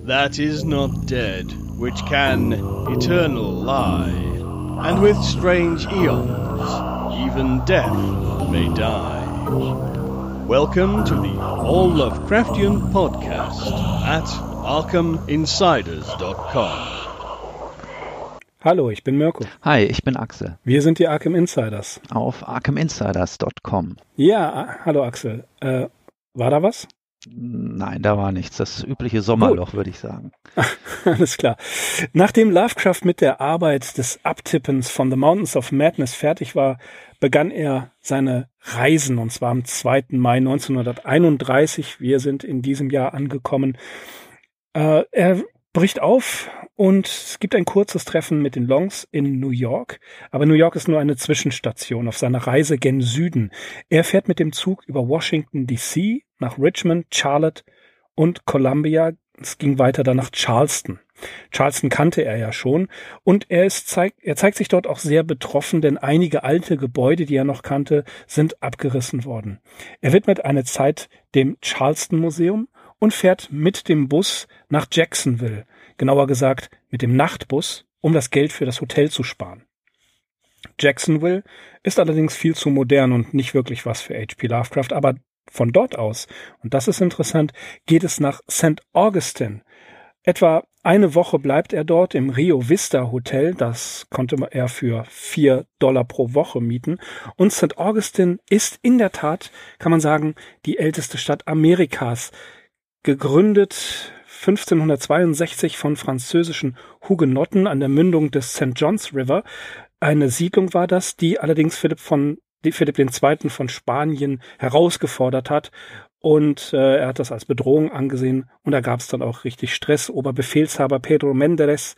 that is not dead, which can eternal lie, and with strange eons, even death may die. Welcome to the All Lovecraftian Podcast at ArkhamInsiders.com. Hallo, ich bin Mirko. Hi, ich bin Axel. Wir sind die Arkham Insiders. Auf ArkhamInsiders.com. Ja, hallo Axel. War da was? Nein, da war nichts. Das übliche Sommerloch, würde ich sagen. Alles klar. Nachdem Lovecraft mit der Arbeit des Abtippens von The Mountains of Madness fertig war, begann er seine Reisen, und zwar am 2. Mai 1931. Wir sind in diesem Jahr angekommen. Er bricht auf und es gibt ein kurzes Treffen mit den Longs in New York. Aber New York ist nur eine Zwischenstation auf seiner Reise gen Süden. Er fährt mit dem Zug über Washington D.C. nach Richmond, Charlotte und Columbia. Es ging weiter dann nach Charleston. Charleston kannte er ja schon und er zeigt sich dort auch sehr betroffen, denn einige alte Gebäude, die er noch kannte, sind abgerissen worden. Er widmet eine Zeit dem Charleston Museum und fährt mit dem Bus nach Jacksonville, genauer gesagt mit dem Nachtbus, um das Geld für das Hotel zu sparen. Jacksonville ist allerdings viel zu modern und nicht wirklich was für H.P. Lovecraft, aber von dort aus, und das ist interessant, geht es nach St. Augustine. Etwa eine Woche bleibt er dort im Rio Vista Hotel, das konnte er für $4 pro Woche mieten. Und St. Augustine ist in der Tat, kann man sagen, die älteste Stadt Amerikas, gegründet 1562 von französischen Hugenotten an der Mündung des St. John's River. Eine Siedlung war das, die allerdings Philipp II. Von Spanien herausgefordert hat. Und er hat das als Bedrohung angesehen und da gab es dann auch richtig Stress. Oberbefehlshaber Pedro Menéndez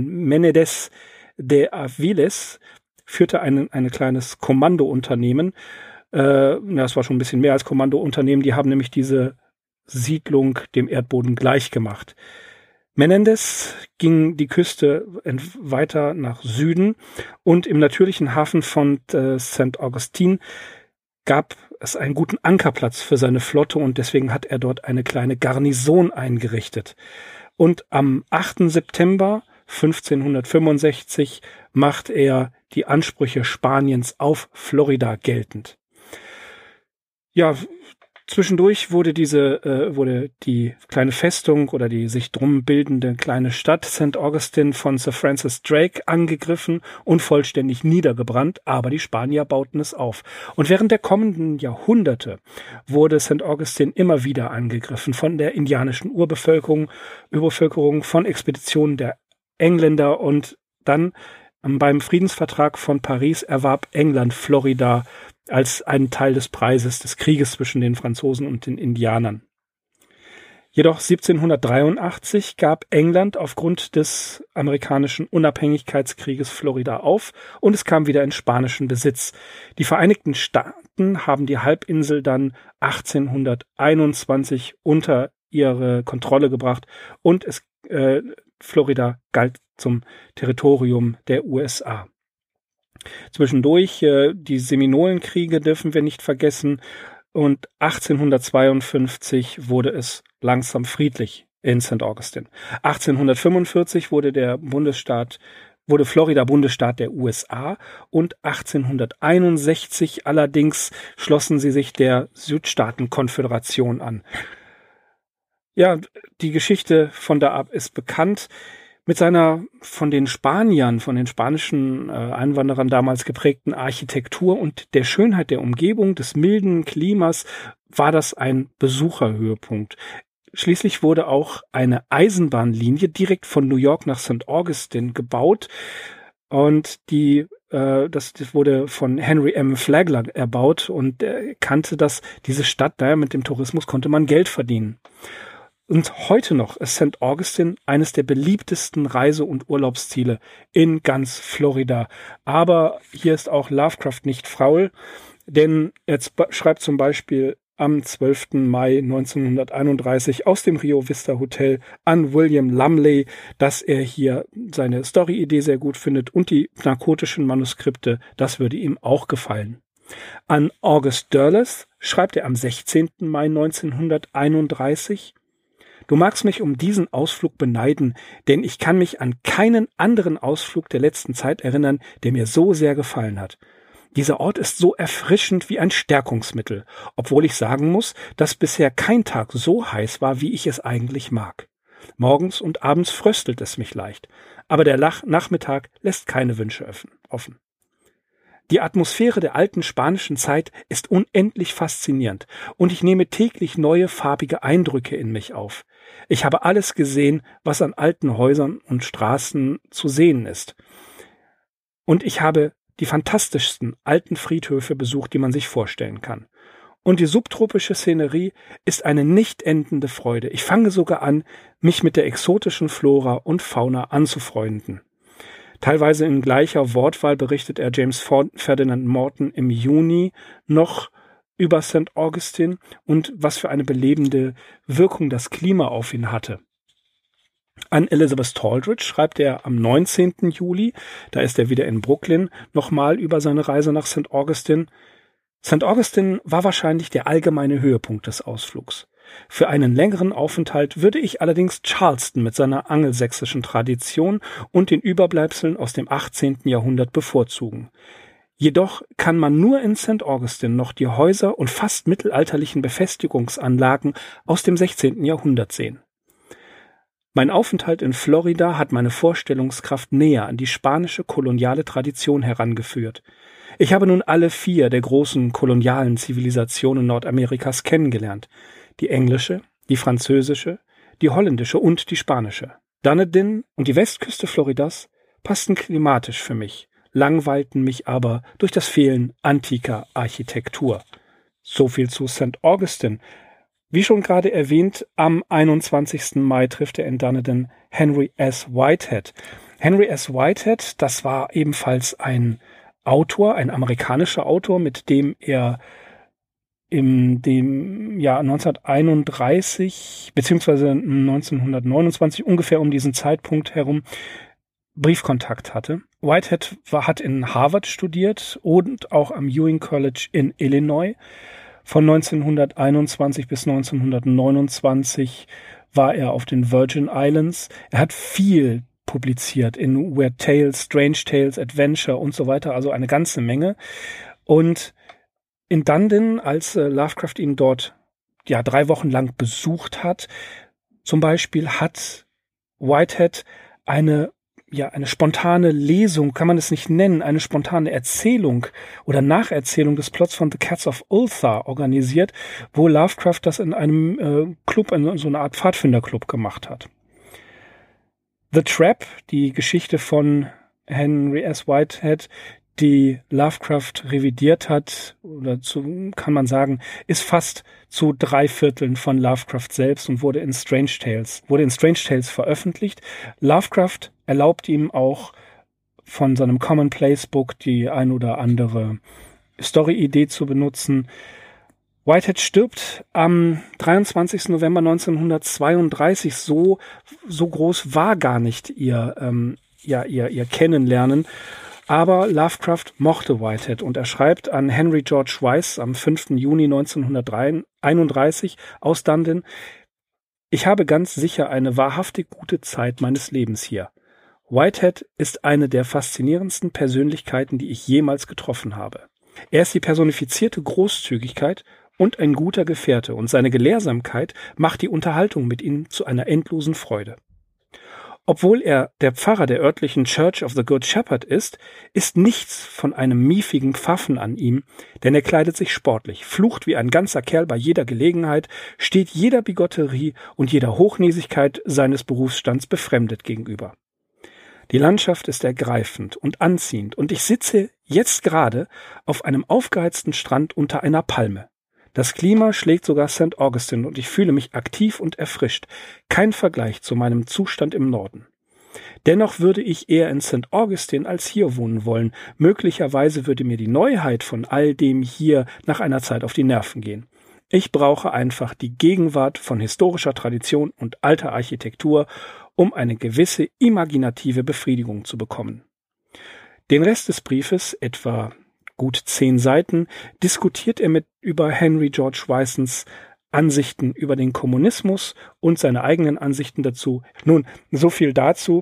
de Aviles führte ein kleines Kommandounternehmen. Das war schon ein bisschen mehr als Kommandounternehmen. Die haben nämlich diese Siedlung dem Erdboden gleich gemacht. Menéndez ging die Küste weiter nach Süden und im natürlichen Hafen von St. Augustine gab es einen guten Ankerplatz für seine Flotte und deswegen hat er dort eine kleine Garnison eingerichtet. Und am 8. September 1565 macht er die Ansprüche Spaniens auf Florida geltend. Ja, zwischendurch wurde die kleine Festung oder die sich drum bildende kleine Stadt St. Augustine von Sir Francis Drake angegriffen und vollständig niedergebrannt, aber die Spanier bauten es auf. Und während der kommenden Jahrhunderte wurde St. Augustine immer wieder angegriffen von der indianischen Urbevölkerung, von Expeditionen der Engländer und dann beim Friedensvertrag von Paris erwarb England Florida als einen Teil des Preises des Krieges zwischen den Franzosen und den Indianern. Jedoch 1783 gab England aufgrund des amerikanischen Unabhängigkeitskrieges Florida auf und es kam wieder in spanischen Besitz. Die Vereinigten Staaten haben die Halbinsel dann 1821 unter ihre Kontrolle gebracht und Florida galt zum Territorium der USA. Zwischendurch, die Seminolenkriege dürfen wir nicht vergessen und 1852 wurde es langsam friedlich in St. Augustine. 1845 wurde Florida Bundesstaat der USA und 1861 allerdings schlossen sie sich der Südstaatenkonföderation an. Ja, die Geschichte von da ab ist bekannt. Mit seiner von den spanischen Einwanderern damals geprägten Architektur und der Schönheit der Umgebung, des milden Klimas, war das ein Besucherhöhepunkt. Schließlich wurde auch eine Eisenbahnlinie direkt von New York nach St. Augustine gebaut und das wurde von Henry M. Flagler erbaut und er kannte diese Stadt, daher mit dem Tourismus konnte man Geld verdienen. Und heute noch ist St. Augustine eines der beliebtesten Reise- und Urlaubsziele in ganz Florida. Aber hier ist auch Lovecraft nicht faul, denn er schreibt zum Beispiel am 12. Mai 1931 aus dem Rio Vista Hotel an William Lumley, dass er hier seine Story-Idee sehr gut findet und die narkotischen Manuskripte, das würde ihm auch gefallen. An August Derleth schreibt er am 16. Mai 1931, Du magst mich um diesen Ausflug beneiden, denn ich kann mich an keinen anderen Ausflug der letzten Zeit erinnern, der mir so sehr gefallen hat. Dieser Ort ist so erfrischend wie ein Stärkungsmittel, obwohl ich sagen muss, dass bisher kein Tag so heiß war, wie ich es eigentlich mag. Morgens und abends fröstelt es mich leicht, aber der Nachmittag lässt keine Wünsche offen. Die Atmosphäre der alten spanischen Zeit ist unendlich faszinierend und ich nehme täglich neue farbige Eindrücke in mich auf. Ich habe alles gesehen, was an alten Häusern und Straßen zu sehen ist. Und ich habe die fantastischsten alten Friedhöfe besucht, die man sich vorstellen kann. Und die subtropische Szenerie ist eine nicht endende Freude. Ich fange sogar an, mich mit der exotischen Flora und Fauna anzufreunden. Teilweise in gleicher Wortwahl berichtet er James Ferdinand Morton im Juni noch über St. Augustine und was für eine belebende Wirkung das Klima auf ihn hatte. An Elizabeth Taldridge schreibt er am 19. Juli, da ist er wieder in Brooklyn, nochmal über seine Reise nach St. Augustine. St. Augustine war wahrscheinlich der allgemeine Höhepunkt des Ausflugs. Für einen längeren Aufenthalt würde ich allerdings Charleston mit seiner angelsächsischen Tradition und den Überbleibseln aus dem 18. Jahrhundert bevorzugen. Jedoch kann man nur in St. Augustine noch die Häuser und fast mittelalterlichen Befestigungsanlagen aus dem 16. Jahrhundert sehen. Mein Aufenthalt in Florida hat meine Vorstellungskraft näher an die spanische koloniale Tradition herangeführt. Ich habe nun alle 4 der großen kolonialen Zivilisationen Nordamerikas kennengelernt. Die englische, die französische, die holländische und die spanische. Dunedin und die Westküste Floridas passten klimatisch für mich, langweilten mich aber durch das Fehlen antiker Architektur. So viel zu St. Augustine. Wie schon gerade erwähnt, am 21. Mai trifft er in Dunedin Henry S. Whitehead. Henry S. Whitehead, das war ebenfalls ein Autor, ein amerikanischer Autor, mit dem er in dem Jahr 1931 beziehungsweise 1929 ungefähr um diesen Zeitpunkt herum Briefkontakt hatte. Whitehead hat in Harvard studiert und auch am Ewing College in Illinois. Von 1921 bis 1929 war er auf den Virgin Islands. Er hat viel publiziert in Weird Tales, Strange Tales, Adventure und so weiter, also eine ganze Menge. Und in Dunedin, als Lovecraft ihn dort 3 Wochen lang besucht hat, zum Beispiel hat Whitehead eine spontane Lesung, kann man es nicht nennen, eine spontane Erzählung oder Nacherzählung des Plots von The Cats of Ulthar organisiert, wo Lovecraft das in einem Club, in so einer Art Pfadfinderclub gemacht hat. The Trap, die Geschichte von Henry S. Whitehead, die Lovecraft revidiert hat, kann man sagen, ist fast zu 3/4 von Lovecraft selbst und wurde in Strange Tales veröffentlicht. Lovecraft erlaubt ihm auch von seinem Commonplace Book die ein oder andere Story-Idee zu benutzen. Whitehead stirbt am 23. November 1932. So groß war gar nicht ihr Kennenlernen. Aber Lovecraft mochte Whitehead und er schreibt an Henry George Weiss am 5. Juni 1931 aus Dunedin: Ich habe ganz sicher eine wahrhaftig gute Zeit meines Lebens hier. Whitehead ist eine der faszinierendsten Persönlichkeiten, die ich jemals getroffen habe. Er ist die personifizierte Großzügigkeit und ein guter Gefährte und seine Gelehrsamkeit macht die Unterhaltung mit ihm zu einer endlosen Freude. Obwohl er der Pfarrer der örtlichen Church of the Good Shepherd ist nichts von einem miefigen Pfaffen an ihm, denn er kleidet sich sportlich, flucht wie ein ganzer Kerl bei jeder Gelegenheit, steht jeder Bigotterie und jeder Hochnäsigkeit seines Berufsstands befremdet gegenüber. Die Landschaft ist ergreifend und anziehend und ich sitze jetzt gerade auf einem aufgeheizten Strand unter einer Palme. Das Klima schlägt sogar St. Augustine und ich fühle mich aktiv und erfrischt. Kein Vergleich zu meinem Zustand im Norden. Dennoch würde ich eher in St. Augustine als hier wohnen wollen. Möglicherweise würde mir die Neuheit von all dem hier nach einer Zeit auf die Nerven gehen. Ich brauche einfach die Gegenwart von historischer Tradition und alter Architektur, um eine gewisse imaginative Befriedigung zu bekommen. Den Rest des Briefes, etwa gut 10 Seiten, diskutiert er über Henry George Weissens Ansichten über den Kommunismus und seine eigenen Ansichten dazu. Nun, so viel dazu.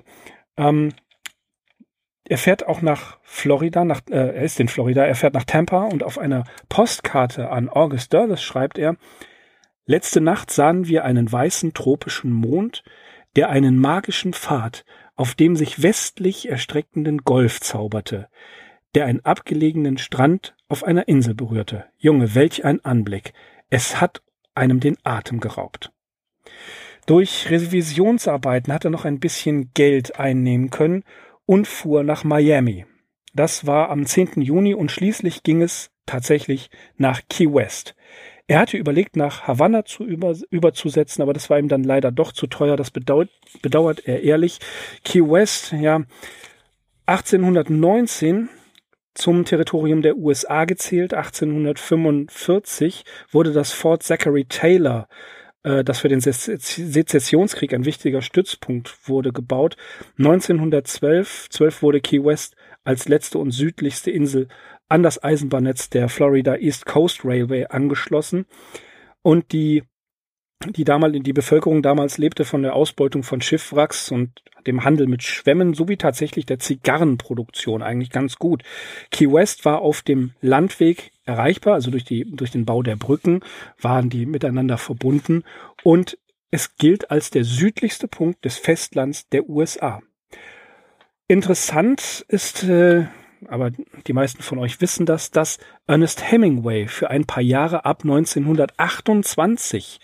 Er fährt auch nach Florida, er ist in Florida, er fährt nach Tampa und auf einer Postkarte an August Derleth schreibt er: Letzte Nacht sahen wir einen weißen tropischen Mond, der einen magischen Pfad auf dem sich westlich erstreckenden Golf zauberte, der einen abgelegenen Strand auf einer Insel berührte. Junge, welch ein Anblick! Es hat einem den Atem geraubt. Durch Revisionsarbeiten hat er noch ein bisschen Geld einnehmen können und fuhr nach Miami. Das war am 10. Juni und schließlich ging es tatsächlich nach Key West. Er hatte überlegt, nach Havanna überzusetzen, aber das war ihm dann leider doch zu teuer. Das bedauert er ehrlich. Key West, ja, 1819 zum Territorium der USA gezählt. 1845 wurde das Fort Zachary Taylor, das für den Sezessionskrieg ein wichtiger Stützpunkt wurde, gebaut. 1912 wurde Key West als letzte und südlichste Insel an das Eisenbahnnetz der Florida East Coast Railway angeschlossen. Und die Bevölkerung damals lebte von der Ausbeutung von Schiffwracks und dem Handel mit Schwämmen sowie tatsächlich der Zigarrenproduktion eigentlich ganz gut. Key West war auf dem Landweg erreichbar, also durch den Bau der Brücken waren die miteinander verbunden und es gilt als der südlichste Punkt des Festlands der USA. Interessant ist, aber die meisten von euch wissen das, dass Ernest Hemingway für ein paar Jahre ab 1928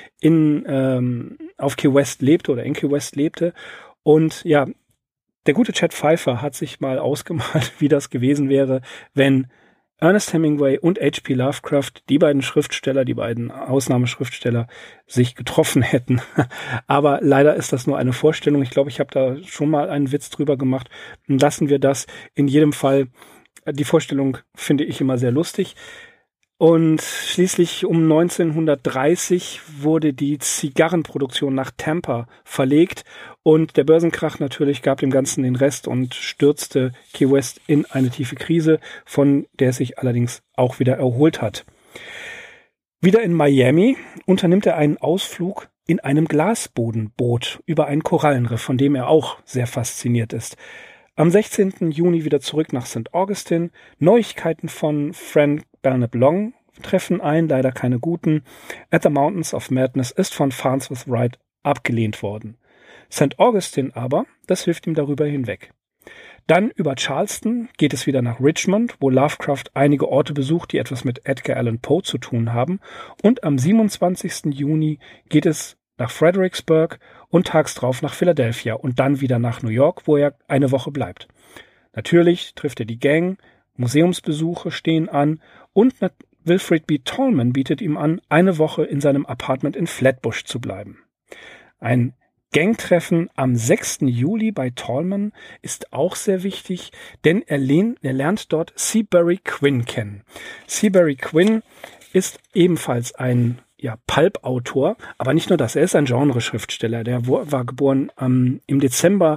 auf Key West lebte oder in Key West lebte. Und ja, der gute Chad Pfeiffer hat sich mal ausgemalt, wie das gewesen wäre, wenn Ernest Hemingway und H.P. Lovecraft, die beiden Ausnahmeschriftsteller, sich getroffen hätten. Aber leider ist das nur eine Vorstellung. Ich glaube, ich habe da schon mal einen Witz drüber gemacht. Lassen wir das. In jedem Fall, die Vorstellung finde ich immer sehr lustig. Und schließlich um 1930 wurde die Zigarrenproduktion nach Tampa verlegt und der Börsenkrach natürlich gab dem Ganzen den Rest und stürzte Key West in eine tiefe Krise, von der es sich allerdings auch wieder erholt hat. Wieder in Miami unternimmt er einen Ausflug in einem Glasbodenboot über ein Korallenriff, von dem er auch sehr fasziniert ist. Am 16. Juni wieder zurück nach St. Augustine. Neuigkeiten von Frank Belknap Long treffen ein, leider keine guten. At the Mountains of Madness ist von Farnsworth Wright abgelehnt worden. St. Augustine aber, das hilft ihm darüber hinweg. Dann über Charleston geht es wieder nach Richmond, wo Lovecraft einige Orte besucht, die etwas mit Edgar Allan Poe zu tun haben. Und am 27. Juni geht es nach Fredericksburg und tags drauf nach Philadelphia und dann wieder nach New York, wo er eine Woche bleibt. Natürlich trifft er die Gang, Museumsbesuche stehen an und Wilfred B. Tallman bietet ihm an, eine Woche in seinem Apartment in Flatbush zu bleiben. Ein Gangtreffen am 6. Juli bei Tallman ist auch sehr wichtig, denn er lernt dort Seabury Quinn kennen. Seabury Quinn ist ebenfalls ein Pulp-Autor, aber nicht nur das, er ist ein Genreschriftsteller. Der war geboren im Dezember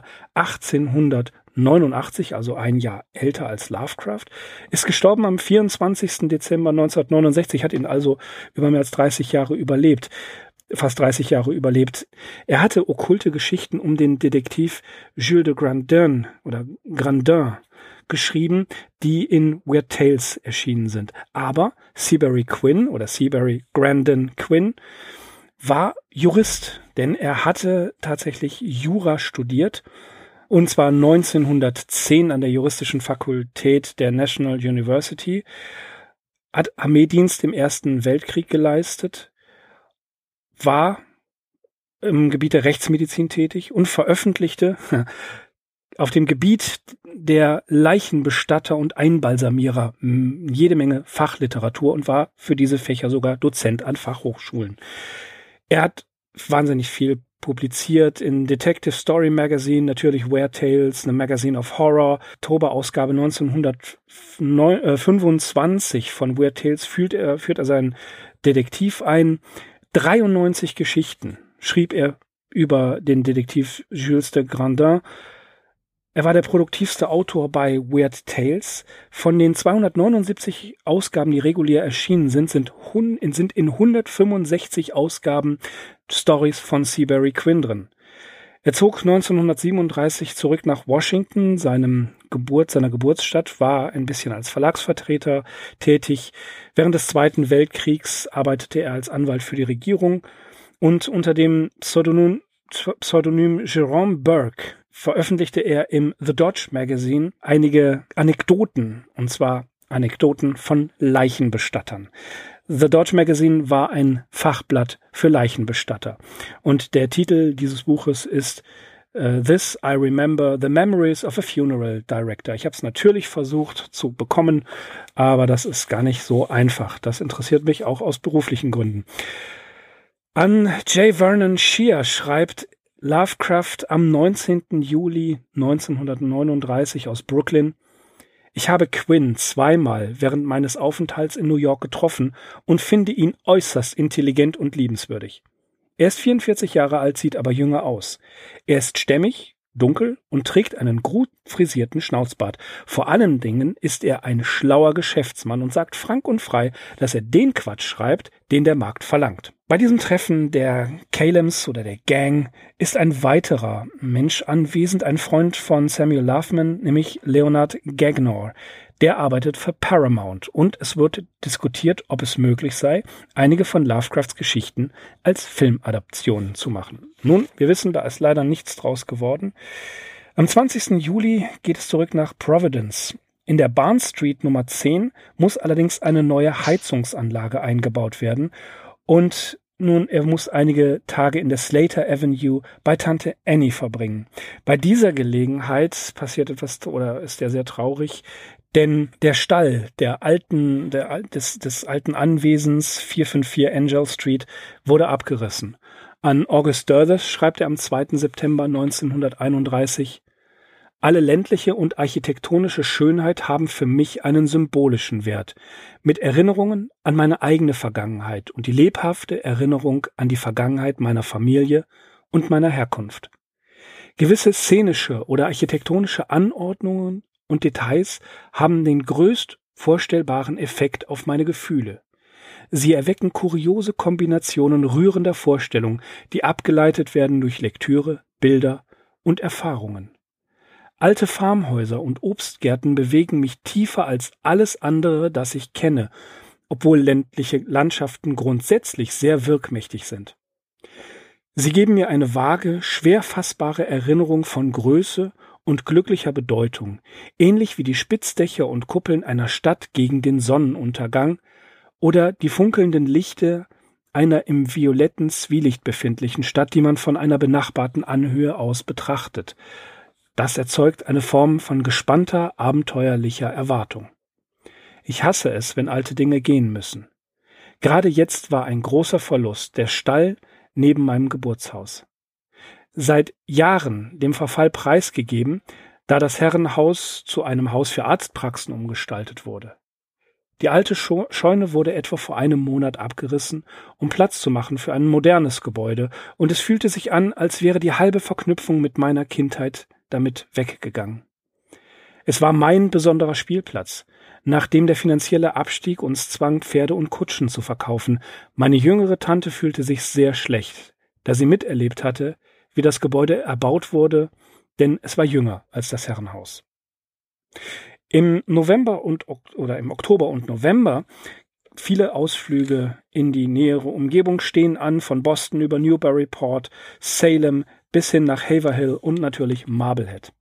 1889, also ein Jahr älter als Lovecraft, ist gestorben am 24. Dezember 1969, hat ihn also über mehr als 30 Jahre überlebt. Fast 30 Jahre überlebt. Er hatte okkulte Geschichten um den Detektiv Jules de Grandin geschrieben, die in Weird Tales erschienen sind. Aber Seabury Grandin Quinn war Jurist, denn er hatte tatsächlich Jura studiert, und zwar 1910 an der juristischen Fakultät der National University, hat Armeedienst im Ersten Weltkrieg geleistet, war im Gebiet der Rechtsmedizin tätig und veröffentlichte auf dem Gebiet der Leichenbestatter und Einbalsamierer jede Menge Fachliteratur und war für diese Fächer sogar Dozent an Fachhochschulen. Er hat wahnsinnig viel publiziert in Detective Story Magazine, natürlich Weird Tales, eine Magazine of Horror, Oktoberausgabe 1925 von Weird Tales führt er seinen Detektiv ein. 93 Geschichten schrieb er über den Detektiv Jules de Grandin. Er war der produktivste Autor bei Weird Tales. Von den 279 Ausgaben, die regulär erschienen sind in 165 Ausgaben Stories von Seabury Quinn drin. Er zog 1937 zurück nach Washington, seiner Geburtsstadt, war ein bisschen als Verlagsvertreter tätig. Während des Zweiten Weltkriegs arbeitete er als Anwalt für die Regierung und unter dem Pseudonym Jerome Burke veröffentlichte er im The Dodge Magazine einige Anekdoten, und zwar Anekdoten von Leichenbestattern. The Dodge Magazine war ein Fachblatt für Leichenbestatter. Und der Titel dieses Buches ist This I Remember, The Memories of a Funeral Director. Ich habe es natürlich versucht zu bekommen, aber das ist gar nicht so einfach. Das interessiert mich auch aus beruflichen Gründen. An J. Vernon Shea schreibt Lovecraft am 19. Juli 1939 aus Brooklyn: Ich habe Quinn zweimal während meines Aufenthalts in New York getroffen und finde ihn äußerst intelligent und liebenswürdig. Er ist 44 Jahre alt, sieht aber jünger aus. Er ist stämmig, dunkel und trägt einen gut frisierten Schnauzbart. Vor allen Dingen ist er ein schlauer Geschäftsmann und sagt frank und frei, dass er den Quatsch schreibt, den der Markt verlangt. Bei diesem Treffen der Calems oder der Gang ist ein weiterer Mensch anwesend, ein Freund von Samuel Loveman, nämlich Leonard Gagnor. Der arbeitet für Paramount und es wird diskutiert, ob es möglich sei, einige von Lovecrafts Geschichten als Filmadaptionen zu machen. Nun, wir wissen, da ist leider nichts draus geworden. Am 20. Juli geht es zurück nach Providence. In der Barnes Street Nummer 10 muss allerdings eine neue Heizungsanlage eingebaut werden und nun, er muss einige Tage in der Slater Avenue bei Tante Annie verbringen. Bei dieser Gelegenheit passiert etwas, oder ist er sehr traurig, denn der Stall des alten Anwesens 454 Angel Street wurde abgerissen. An August Derleth schreibt er am 2. September 1931: Alle ländliche und architektonische Schönheit haben für mich einen symbolischen Wert, mit Erinnerungen an meine eigene Vergangenheit und die lebhafte Erinnerung an die Vergangenheit meiner Familie und meiner Herkunft. Gewisse szenische oder architektonische Anordnungen und Details haben den größt vorstellbaren Effekt auf meine Gefühle. Sie erwecken kuriose Kombinationen rührender Vorstellungen, die abgeleitet werden durch Lektüre, Bilder und Erfahrungen. Alte Farmhäuser und Obstgärten bewegen mich tiefer als alles andere, das ich kenne, obwohl ländliche Landschaften grundsätzlich sehr wirkmächtig sind. Sie geben mir eine vage, schwer fassbare Erinnerung von Größe und glücklicher Bedeutung, ähnlich wie die Spitzdächer und Kuppeln einer Stadt gegen den Sonnenuntergang oder die funkelnden Lichter einer im violetten Zwielicht befindlichen Stadt, die man von einer benachbarten Anhöhe aus betrachtet. Das erzeugt eine Form von gespannter, abenteuerlicher Erwartung. Ich hasse es, wenn alte Dinge gehen müssen. Gerade jetzt war ein großer Verlust der Stall neben meinem Geburtshaus. Seit Jahren dem Verfall preisgegeben, da das Herrenhaus zu einem Haus für Arztpraxen umgestaltet wurde. Die alte Scheune wurde etwa vor einem Monat abgerissen, um Platz zu machen für ein modernes Gebäude, und es fühlte sich an, als wäre die halbe Verknüpfung mit meiner Kindheit damit weggegangen. Es war mein besonderer Spielplatz, nachdem der finanzielle Abstieg uns zwang, Pferde und Kutschen zu verkaufen. Meine jüngere Tante fühlte sich sehr schlecht, da sie miterlebt hatte, wie das Gebäude erbaut wurde, denn es war jünger als das Herrenhaus. Im Oktober und November viele Ausflüge in die nähere Umgebung stehen an, von Boston über Newburyport, Salem bis hin nach Haverhill und natürlich Marblehead.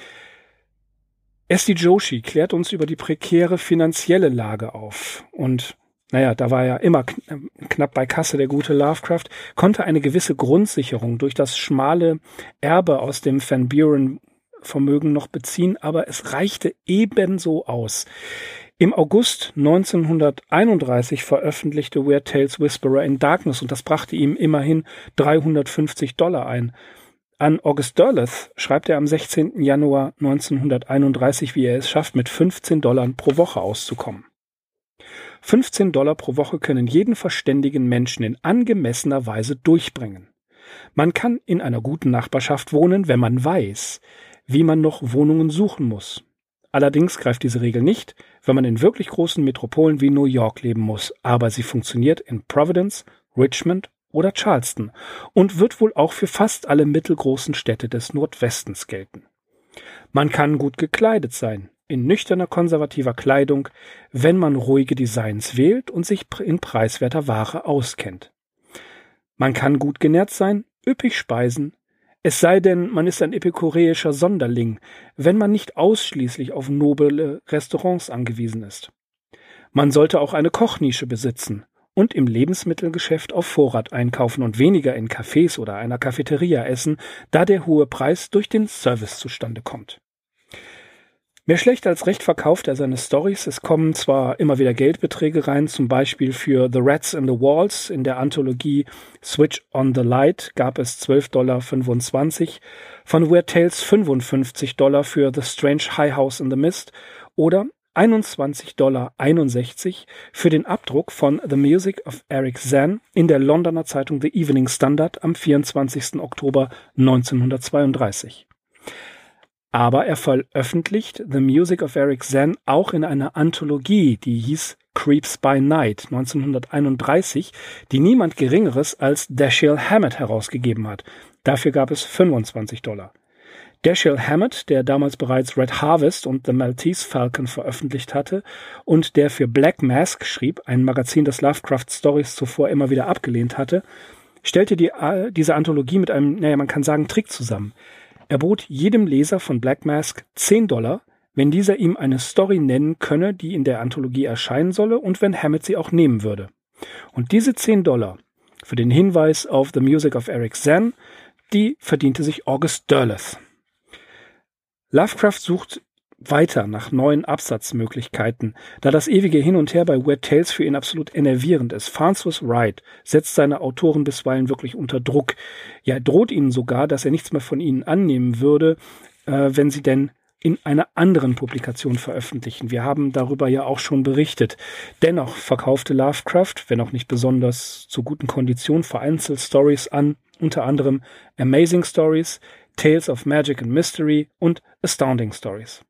Esti Joshi klärt uns über die prekäre finanzielle Lage auf und da war ja immer knapp bei Kasse der gute Lovecraft, konnte eine gewisse Grundsicherung durch das schmale Erbe aus dem Van Buren-Vermögen noch beziehen, aber es reichte ebenso aus. Im August 1931 veröffentlichte Weird Tales Whisperer in Darkness und das brachte ihm immerhin $350 ein. An August Derleth schreibt er am 16. Januar 1931, wie er es schafft, mit $15 pro Woche auszukommen. $15 pro Woche können jeden verständigen Menschen in angemessener Weise durchbringen. Man kann in einer guten Nachbarschaft wohnen, wenn man weiß, wie man noch Wohnungen suchen muss. Allerdings greift diese Regel nicht, wenn man in wirklich großen Metropolen wie New York leben muss, aber sie funktioniert in Providence, Richmond oder Charleston und wird wohl auch für fast alle mittelgroßen Städte des Nordwestens gelten. Man kann gut gekleidet sein, in nüchterner konservativer Kleidung, wenn man ruhige Designs wählt und sich in preiswerter Ware auskennt. Man kann gut genährt sein, üppig speisen, es sei denn, man ist ein epikureischer Sonderling, wenn man nicht ausschließlich auf noble Restaurants angewiesen ist. Man sollte auch eine Kochnische besitzen und im Lebensmittelgeschäft auf Vorrat einkaufen und weniger in Cafés oder einer Cafeteria essen, da der hohe Preis durch den Service zustande kommt. Mehr schlecht als recht verkauft er seine Storys. Es kommen zwar immer wieder Geldbeträge rein, zum Beispiel für The Rats in the Walls in der Anthologie Switch on the Light gab es $12,25, von Weird Tales $55 für The Strange High House in the Mist oder $21,61 für den Abdruck von The Music of Eric Zann in der Londoner Zeitung The Evening Standard am 24. Oktober 1932. Aber er veröffentlicht The Music of Eric Zann auch in einer Anthologie, die hieß Creeps by Night 1931, die niemand Geringeres als Dashiell Hammett herausgegeben hat. Dafür gab es $25. Dashiell Hammett, der damals bereits Red Harvest und The Maltese Falcon veröffentlicht hatte und der für Black Mask schrieb, ein Magazin, das Lovecraft Stories zuvor immer wieder abgelehnt hatte, stellte diese Anthologie mit einem, man kann sagen, Trick zusammen. Er bot jedem Leser von Black Mask $10, wenn dieser ihm eine Story nennen könne, die in der Anthologie erscheinen solle und wenn Hammett sie auch nehmen würde. Und diese $10 für den Hinweis auf The Music of Eric Zann, die verdiente sich August Derleth. Lovecraft sucht weiter nach neuen Absatzmöglichkeiten, da das ewige Hin und Her bei Weird Tales für ihn absolut enervierend ist. Farnsworth Wright setzt seine Autoren bisweilen wirklich unter Druck. Ja, er droht ihnen sogar, dass er nichts mehr von ihnen annehmen würde, wenn sie denn in einer anderen Publikation veröffentlichen. Wir haben darüber ja auch schon berichtet. Dennoch verkaufte Lovecraft, wenn auch nicht besonders zu guten Konditionen, vereinzelt Stories an, unter anderem Amazing Stories, Tales of Magic and Mystery und Astounding Stories.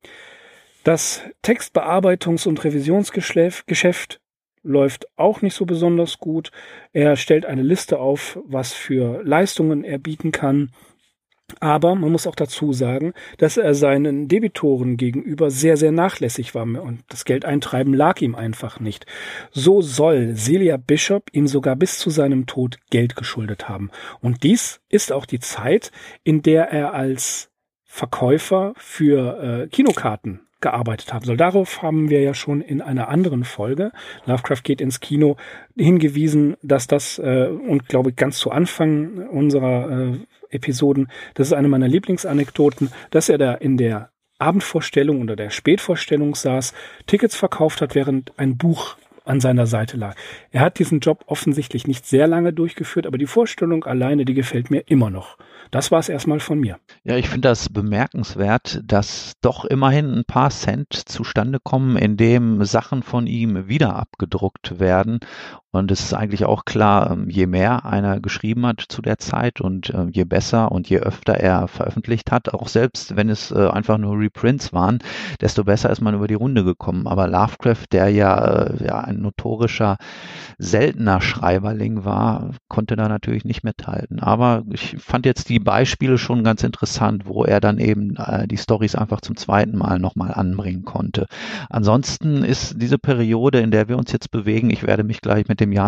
Das Textbearbeitungs- und Revisionsgeschäft läuft auch nicht so besonders gut. Er stellt eine Liste auf, was für Leistungen er bieten kann. Aber man muss auch dazu sagen, dass er seinen Debitoren gegenüber sehr, sehr nachlässig war und das Geldeintreiben lag ihm einfach nicht. So soll Celia Bishop ihm sogar bis zu seinem Tod Geld geschuldet haben. Und dies ist auch die Zeit, in der er als Verkäufer für Kinokarten gearbeitet haben soll. Darauf haben wir ja schon in einer anderen Folge, Lovecraft geht ins Kino, hingewiesen, dass das, und glaube ich ganz zu Anfang unserer Episoden, das ist eine meiner Lieblingsanekdoten, dass er da in der Abendvorstellung oder der Spätvorstellung saß, Tickets verkauft hat, während ein Buch an seiner Seite lag. Er hat diesen Job offensichtlich nicht sehr lange durchgeführt, aber die Vorstellung alleine, die gefällt mir immer noch. Das war es erstmal von mir. Ja, ich finde das bemerkenswert, dass doch immerhin ein paar Cent zustande kommen, indem Sachen von ihm wieder abgedruckt werden. Und es ist eigentlich auch klar, je mehr einer geschrieben hat zu der Zeit und je besser und je öfter er veröffentlicht hat, auch selbst wenn es einfach nur Reprints waren, desto besser ist man über die Runde gekommen. Aber Lovecraft, der ja ein notorischer, seltener Schreiberling war, konnte da natürlich nicht mithalten. Aber ich fand jetzt die Beispiele schon ganz interessant, wo er dann eben die Storys einfach zum zweiten Mal nochmal anbringen konnte. Ansonsten ist diese Periode, in der wir uns jetzt bewegen, ich werde mich gleich mit dem Jahr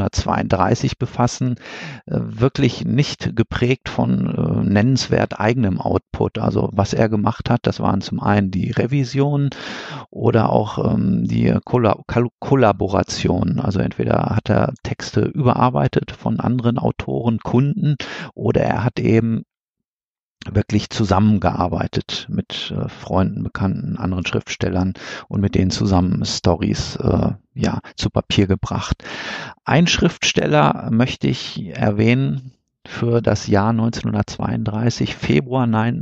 1932 befassen, wirklich nicht geprägt von nennenswert eigenem Output. Also was er gemacht hat, das waren zum einen die Revisionen oder auch die Kollaborationen. Also entweder hat er Texte überarbeitet von anderen Autoren, Kunden, oder er hat eben wirklich zusammengearbeitet mit Freunden, Bekannten, anderen Schriftstellern und mit denen zusammen Storys zu Papier gebracht. Ein Schriftsteller möchte ich erwähnen für das Jahr 1932. Februar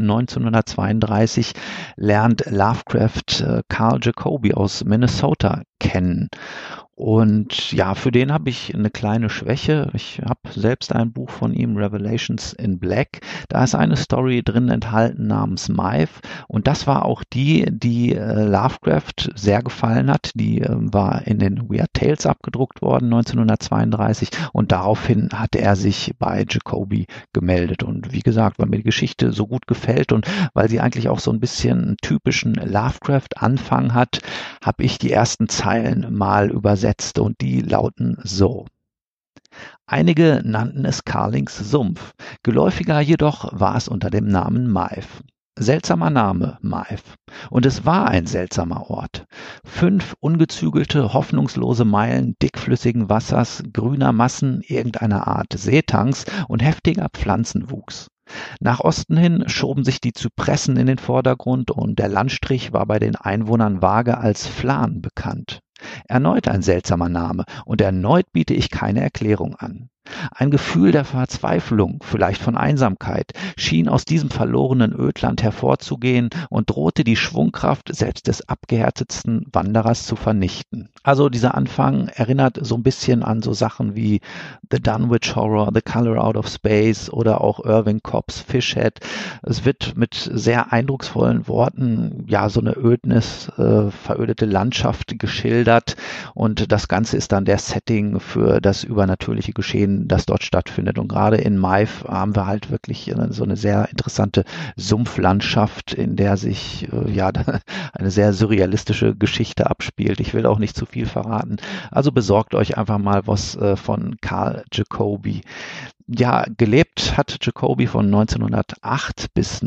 1932 lernt Lovecraft Carl Jacobi aus Minnesota kennen. Und ja, für den habe ich eine kleine Schwäche. Ich habe selbst ein Buch von ihm, Revelations in Black. Da ist eine Story drin enthalten namens Maeve. Und das war auch die Lovecraft sehr gefallen hat. Die war in den Weird Tales abgedruckt worden 1932. Und daraufhin hatte er sich bei Jacoby gemeldet. Und wie gesagt, weil mir die Geschichte so gut gefällt und weil sie eigentlich auch so ein bisschen einen typischen Lovecraft-Anfang hat, habe ich die ersten Zeilen mal übersetzt und die lauten so. Einige nannten es Carlings Sumpf, geläufiger jedoch war es unter dem Namen Maeve. Seltsamer Name, Maeve. Und es war ein seltsamer Ort. 5 ungezügelte, hoffnungslose Meilen dickflüssigen Wassers, grüner Massen irgendeiner Art Seetanks und heftiger Pflanzenwuchs. Nach Osten hin schoben sich die Zypressen in den Vordergrund und der Landstrich war bei den Einwohnern vage als Flan bekannt. Erneut ein seltsamer Name und erneut biete ich keine Erklärung an. Ein Gefühl der Verzweiflung, vielleicht von Einsamkeit, schien aus diesem verlorenen Ödland hervorzugehen und drohte die Schwungkraft selbst des abgehärtetsten Wanderers zu vernichten. Also dieser Anfang erinnert so ein bisschen an so Sachen wie The Dunwich Horror, The Color Out of Space oder auch Irving Cobbs Fishhead. Es wird mit sehr eindrucksvollen Worten ja so eine Ödnis, verödete Landschaft geschildert und das Ganze ist dann der Setting für das übernatürliche Geschehen, das dort stattfindet. Und gerade in Maeve haben wir halt wirklich so eine sehr interessante Sumpflandschaft, in der sich ja eine sehr surrealistische Geschichte abspielt. Ich will auch nicht zu viel verraten. Also besorgt euch einfach mal was von Carl Jacoby. Ja, gelebt hat Jacoby von 1908 bis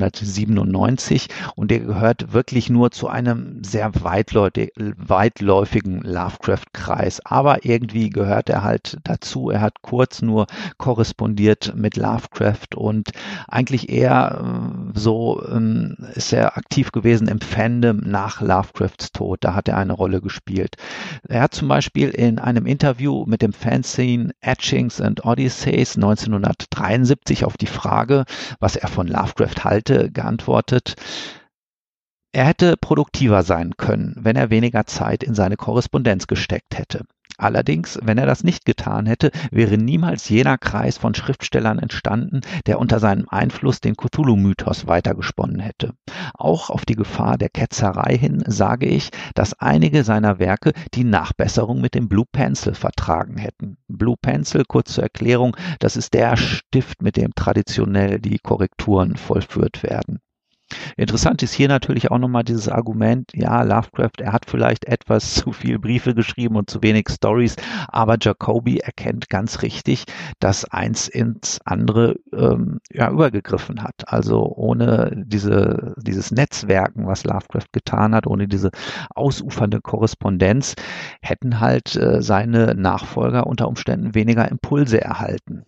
1997 und der gehört wirklich nur zu einem sehr weitläufigen Lovecraft-Kreis. Aber irgendwie gehört er halt dazu. Er hat kurz nur korrespondiert mit Lovecraft und eigentlich eher ist er aktiv gewesen im Fandom nach Lovecrafts Tod. Da hat er eine Rolle gespielt. Er hat zum Beispiel in einem Interview mit dem Fanzine Etchings and Odysseys 1973 auf die Frage, was er von Lovecraft halte, geantwortet: Er hätte produktiver sein können, wenn er weniger Zeit in seine Korrespondenz gesteckt hätte. Allerdings, wenn er das nicht getan hätte, wäre niemals jener Kreis von Schriftstellern entstanden, der unter seinem Einfluss den Cthulhu-Mythos weitergesponnen hätte. Auch auf die Gefahr der Ketzerei hin sage ich, dass einige seiner Werke die Nachbesserung mit dem Blue Pencil vertragen hätten. Blue Pencil, kurz zur Erklärung, das ist der Stift, mit dem traditionell die Korrekturen vollführt werden. Interessant ist hier natürlich auch nochmal dieses Argument, ja, Lovecraft, er hat vielleicht etwas zu viel Briefe geschrieben und zu wenig Stories, aber Jacoby erkennt ganz richtig, dass eins ins andere übergegriffen hat. Also ohne dieses Netzwerken, was Lovecraft getan hat, ohne diese ausufernde Korrespondenz, hätten halt seine Nachfolger unter Umständen weniger Impulse erhalten.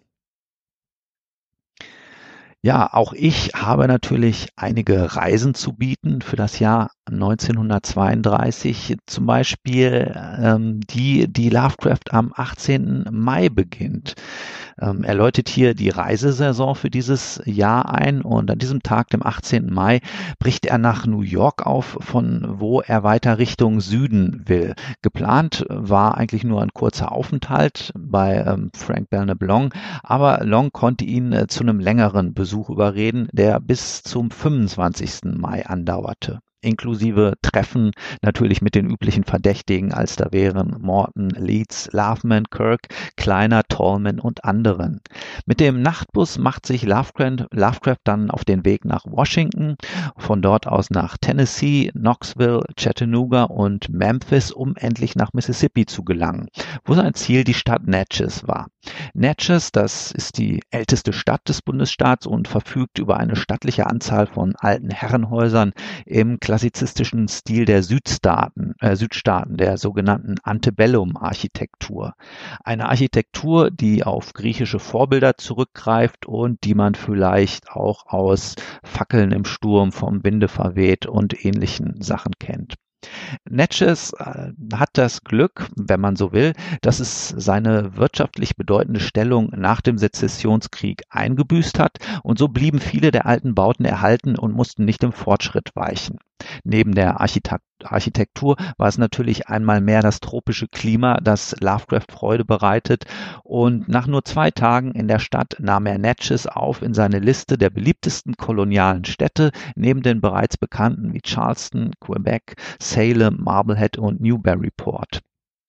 Ja, auch ich habe natürlich einige Reisen zu bieten für das Jahr 1932, zum Beispiel die Lovecraft am 18. Mai beginnt. Er läutet hier die Reisesaison für dieses Jahr ein und an diesem Tag, dem 18. Mai, bricht er nach New York auf, von wo er weiter Richtung Süden will. Geplant war eigentlich nur ein kurzer Aufenthalt bei Frank Belknap Long, aber Long konnte ihn zu einem längeren Besuch überreden, der bis zum 25. Mai andauerte. Inklusive Treffen natürlich mit den üblichen Verdächtigen, als da wären Morton, Leeds, Loveman, Kirk, Kleiner, Tallman und anderen. Mit dem Nachtbus macht sich Lovecraft dann auf den Weg nach Washington, von dort aus nach Tennessee, Knoxville, Chattanooga und Memphis, um endlich nach Mississippi zu gelangen, wo sein Ziel die Stadt Natchez war. Natchez, das ist die älteste Stadt des Bundesstaats und verfügt über eine stattliche Anzahl von alten Herrenhäusern im klassizistischen Stil der Südstaaten, der sogenannten Antebellum-Architektur. Eine Architektur, die auf griechische Vorbilder zurückgreift und die man vielleicht auch aus Fackeln im Sturm, vom Winde verweht und ähnlichen Sachen kennt. Natchez hat das Glück, wenn man so will, dass es seine wirtschaftlich bedeutende Stellung nach dem Sezessionskrieg eingebüßt hat und so blieben viele der alten Bauten erhalten und mussten nicht dem Fortschritt weichen. Neben der Architektur war es natürlich einmal mehr das tropische Klima, das Lovecraft Freude bereitet, und nach nur 2 Tagen in der Stadt nahm er Natchez auf in seine Liste der beliebtesten kolonialen Städte, neben den bereits bekannten wie Charleston, Quebec, Salem, Marblehead und Newburyport.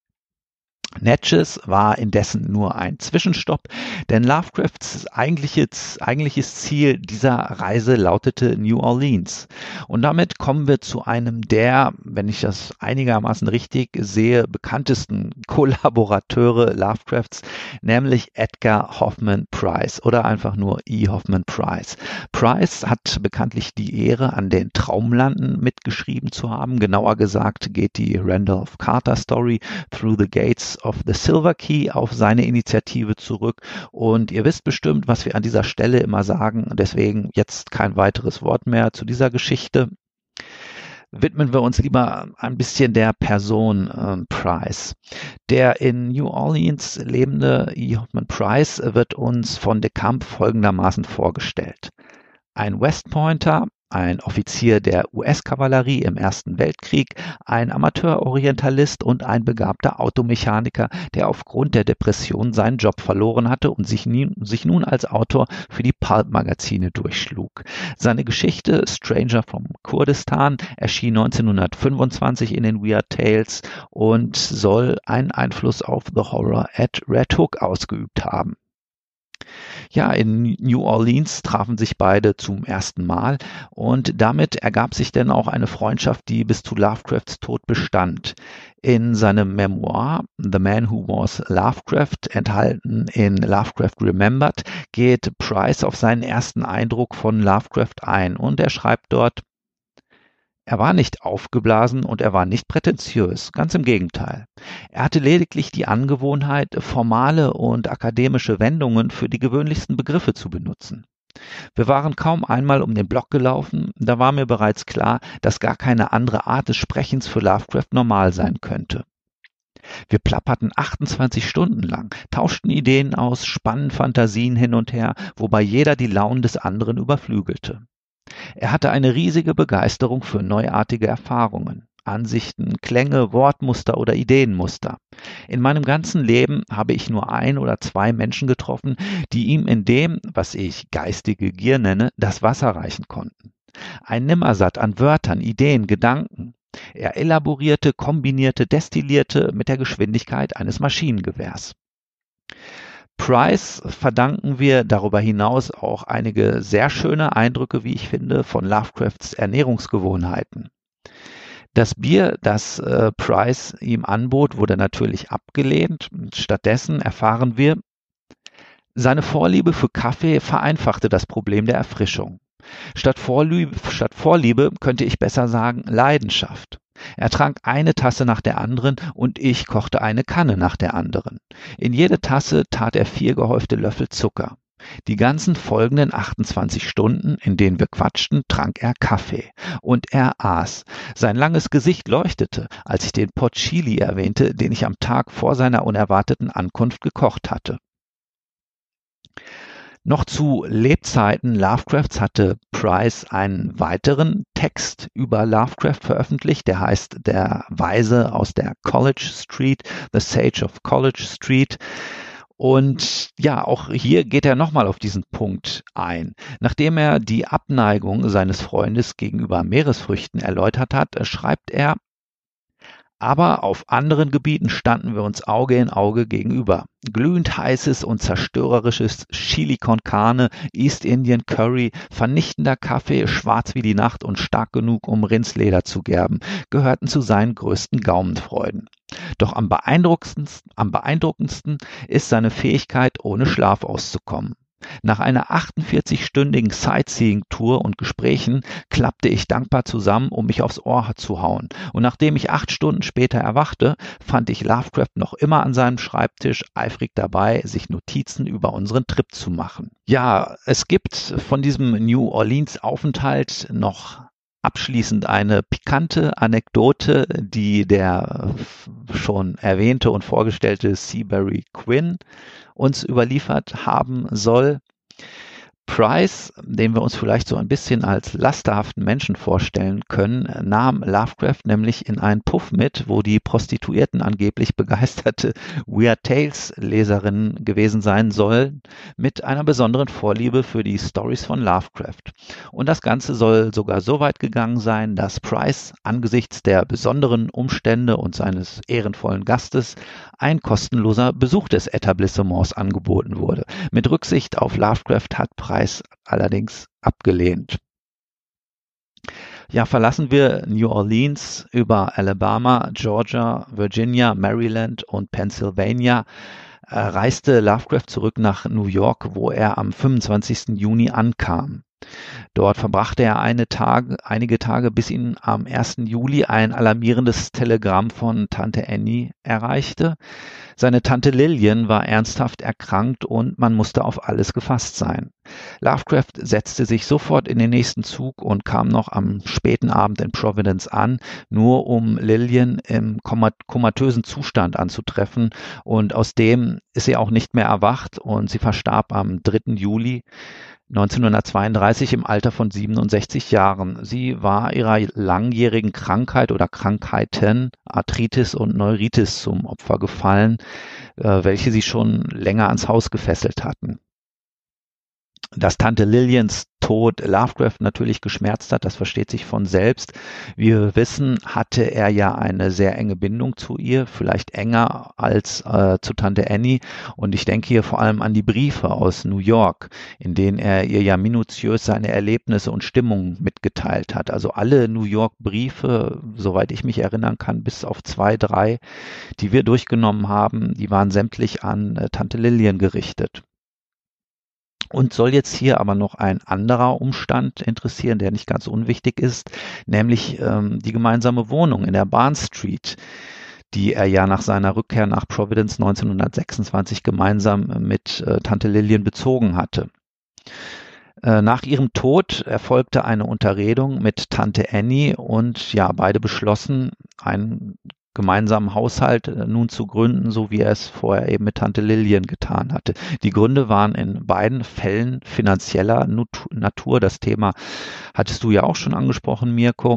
Natchez war indessen nur ein Zwischenstopp, denn Lovecrafts eigentliches Ziel dieser Reise lautete New Orleans. Und damit kommen wir zu einem der, wenn ich das einigermaßen richtig sehe, bekanntesten Kollaborateure Lovecrafts, nämlich Edgar Hoffman Price oder einfach nur E. Hoffman Price. Price hat bekanntlich die Ehre, an den Traumlanden mitgeschrieben zu haben. Genauer gesagt geht die Randolph Carter Story Through the Gates of the Silver Key auf seine Initiative zurück, und ihr wisst bestimmt, was wir an dieser Stelle immer sagen, deswegen jetzt kein weiteres Wort mehr zu dieser Geschichte. Widmen wir uns lieber ein bisschen der Person Price. Der in New Orleans lebende E. Hoffman Price wird uns von de Camp folgendermaßen vorgestellt. Ein West Pointer, ein Offizier der US-Kavallerie im Ersten Weltkrieg, ein Amateur-Orientalist und ein begabter Automechaniker, der aufgrund der Depression seinen Job verloren hatte und sich nun als Autor für die Pulp-Magazine durchschlug. Seine Geschichte Stranger from Kurdistan erschien 1925 in den Weird Tales und soll einen Einfluss auf The Horror at Red Hook ausgeübt haben. Ja, in New Orleans trafen sich beide zum ersten Mal, und damit ergab sich dann auch eine Freundschaft, die bis zu Lovecrafts Tod bestand. In seinem Memoir The Man Who Was Lovecraft, enthalten in Lovecraft Remembered, geht Price auf seinen ersten Eindruck von Lovecraft ein, und er schreibt dort: Er war nicht aufgeblasen und er war nicht prätentiös, ganz im Gegenteil. Er hatte lediglich die Angewohnheit, formale und akademische Wendungen für die gewöhnlichsten Begriffe zu benutzen. Wir waren kaum einmal um den Block gelaufen, da war mir bereits klar, dass gar keine andere Art des Sprechens für Lovecraft normal sein könnte. Wir plapperten 28 Stunden lang, tauschten Ideen aus, spannen Fantasien hin und her, wobei jeder die Launen des anderen überflügelte. Er hatte eine riesige Begeisterung für neuartige Erfahrungen, Ansichten, Klänge, Wortmuster oder Ideenmuster. In meinem ganzen Leben habe ich nur 1 oder 2 Menschen getroffen, die ihm in dem, was ich geistige Gier nenne, das Wasser reichen konnten. Ein Nimmersatt an Wörtern, Ideen, Gedanken. Er elaborierte, kombinierte, destillierte mit der Geschwindigkeit eines Maschinengewehrs. Price verdanken wir darüber hinaus auch einige sehr schöne Eindrücke, wie ich finde, von Lovecrafts Ernährungsgewohnheiten. Das Bier, das Price ihm anbot, wurde natürlich abgelehnt. Stattdessen erfahren wir, seine Vorliebe für Kaffee vereinfachte das Problem der Erfrischung. Statt Vorliebe könnte ich besser sagen Leidenschaft. Er trank eine Tasse nach der anderen und ich kochte eine Kanne nach der anderen. In jede Tasse tat er 4 gehäufte Löffel Zucker. Die ganzen folgenden 28 Stunden, in denen wir quatschten, trank er Kaffee. Und er aß. Sein langes Gesicht leuchtete, als ich den Pot Chili erwähnte, den ich am Tag vor seiner unerwarteten Ankunft gekocht hatte. Noch zu Lebzeiten Lovecrafts hatte Price einen weiteren Text über Lovecraft veröffentlicht, der heißt Der Weise aus der College Street, The Sage of College Street. Und ja, auch hier geht er nochmal auf diesen Punkt ein. Nachdem er die Abneigung seines Freundes gegenüber Meeresfrüchten erläutert hat, schreibt er: Aber auf anderen Gebieten standen wir uns Auge in Auge gegenüber. Glühend heißes und zerstörerisches Chili con Carne, East Indian Curry, vernichtender Kaffee, schwarz wie die Nacht und stark genug, um Rindsleder zu gerben, gehörten zu seinen größten Gaumenfreuden. Doch am beeindruckendsten ist seine Fähigkeit, ohne Schlaf auszukommen. Nach einer 48-stündigen Sightseeing-Tour und Gesprächen klappte ich dankbar zusammen, um mich aufs Ohr zu hauen. Und nachdem ich 8 Stunden später erwachte, fand ich Lovecraft noch immer an seinem Schreibtisch, eifrig dabei, sich Notizen über unseren Trip zu machen. Ja, es gibt von diesem New Orleans-Aufenthalt noch abschließend eine pikante Anekdote, die der schon erwähnte und vorgestellte Seabury Quinn uns überliefert haben soll. Price, den wir uns vielleicht so ein bisschen als lasterhaften Menschen vorstellen können, nahm Lovecraft nämlich in einen Puff mit, wo die Prostituierten angeblich begeisterte Weird Tales Leserinnen gewesen sein sollen, mit einer besonderen Vorliebe für die Stories von Lovecraft. Und das Ganze soll sogar so weit gegangen sein, dass Price angesichts der besonderen Umstände und seines ehrenvollen Gastes ein kostenloser Besuch des Etablissements angeboten wurde. Mit Rücksicht auf Lovecraft hat Price allerdings abgelehnt. Ja, verlassen wir New Orleans über Alabama, Georgia, Virginia, Maryland und Pennsylvania, reiste Lovecraft zurück nach New York, wo er am 25. Juni ankam. Dort verbrachte er einige Tage, bis ihn am 1. Juli ein alarmierendes Telegramm von Tante Annie erreichte. Seine Tante Lillian war ernsthaft erkrankt und man musste auf alles gefasst sein. Lovecraft setzte sich sofort in den nächsten Zug und kam noch am späten Abend in Providence an, nur um Lillian im komatösen Zustand anzutreffen, und aus dem ist sie auch nicht mehr erwacht und sie verstarb am 3. Juli 1932 im Alter von 67 Jahren. Sie war ihrer langjährigen Krankheit oder Krankheiten, Arthritis und Neuritis, zum Opfer gefallen, welche sie schon länger ans Haus gefesselt hatten. Dass Tante Lillians Tod Lovecraft natürlich geschmerzt hat, das versteht sich von selbst. Wie wir wissen, hatte er ja eine sehr enge Bindung zu ihr, vielleicht enger als zu Tante Annie. Und ich denke hier vor allem an die Briefe aus New York, in denen er ihr ja minutiös seine Erlebnisse und Stimmungen mitgeteilt hat. Also alle New York Briefe, soweit ich mich erinnern kann, bis auf 2, 3, die wir durchgenommen haben, die waren sämtlich an Tante Lillian gerichtet. Und soll jetzt hier aber noch ein anderer Umstand interessieren, der nicht ganz unwichtig ist, nämlich die gemeinsame Wohnung in der Barn Street, die er ja nach seiner Rückkehr nach Providence 1926 gemeinsam mit Tante Lillian bezogen hatte. Nach ihrem Tod erfolgte eine Unterredung mit Tante Annie und ja, beide beschlossen, einen gemeinsamen Haushalt nun zu gründen, so wie er es vorher eben mit Tante Lillian getan hatte. Die Gründe waren in beiden Fällen finanzieller Natur. Das Thema hattest du ja auch schon angesprochen, Mirko.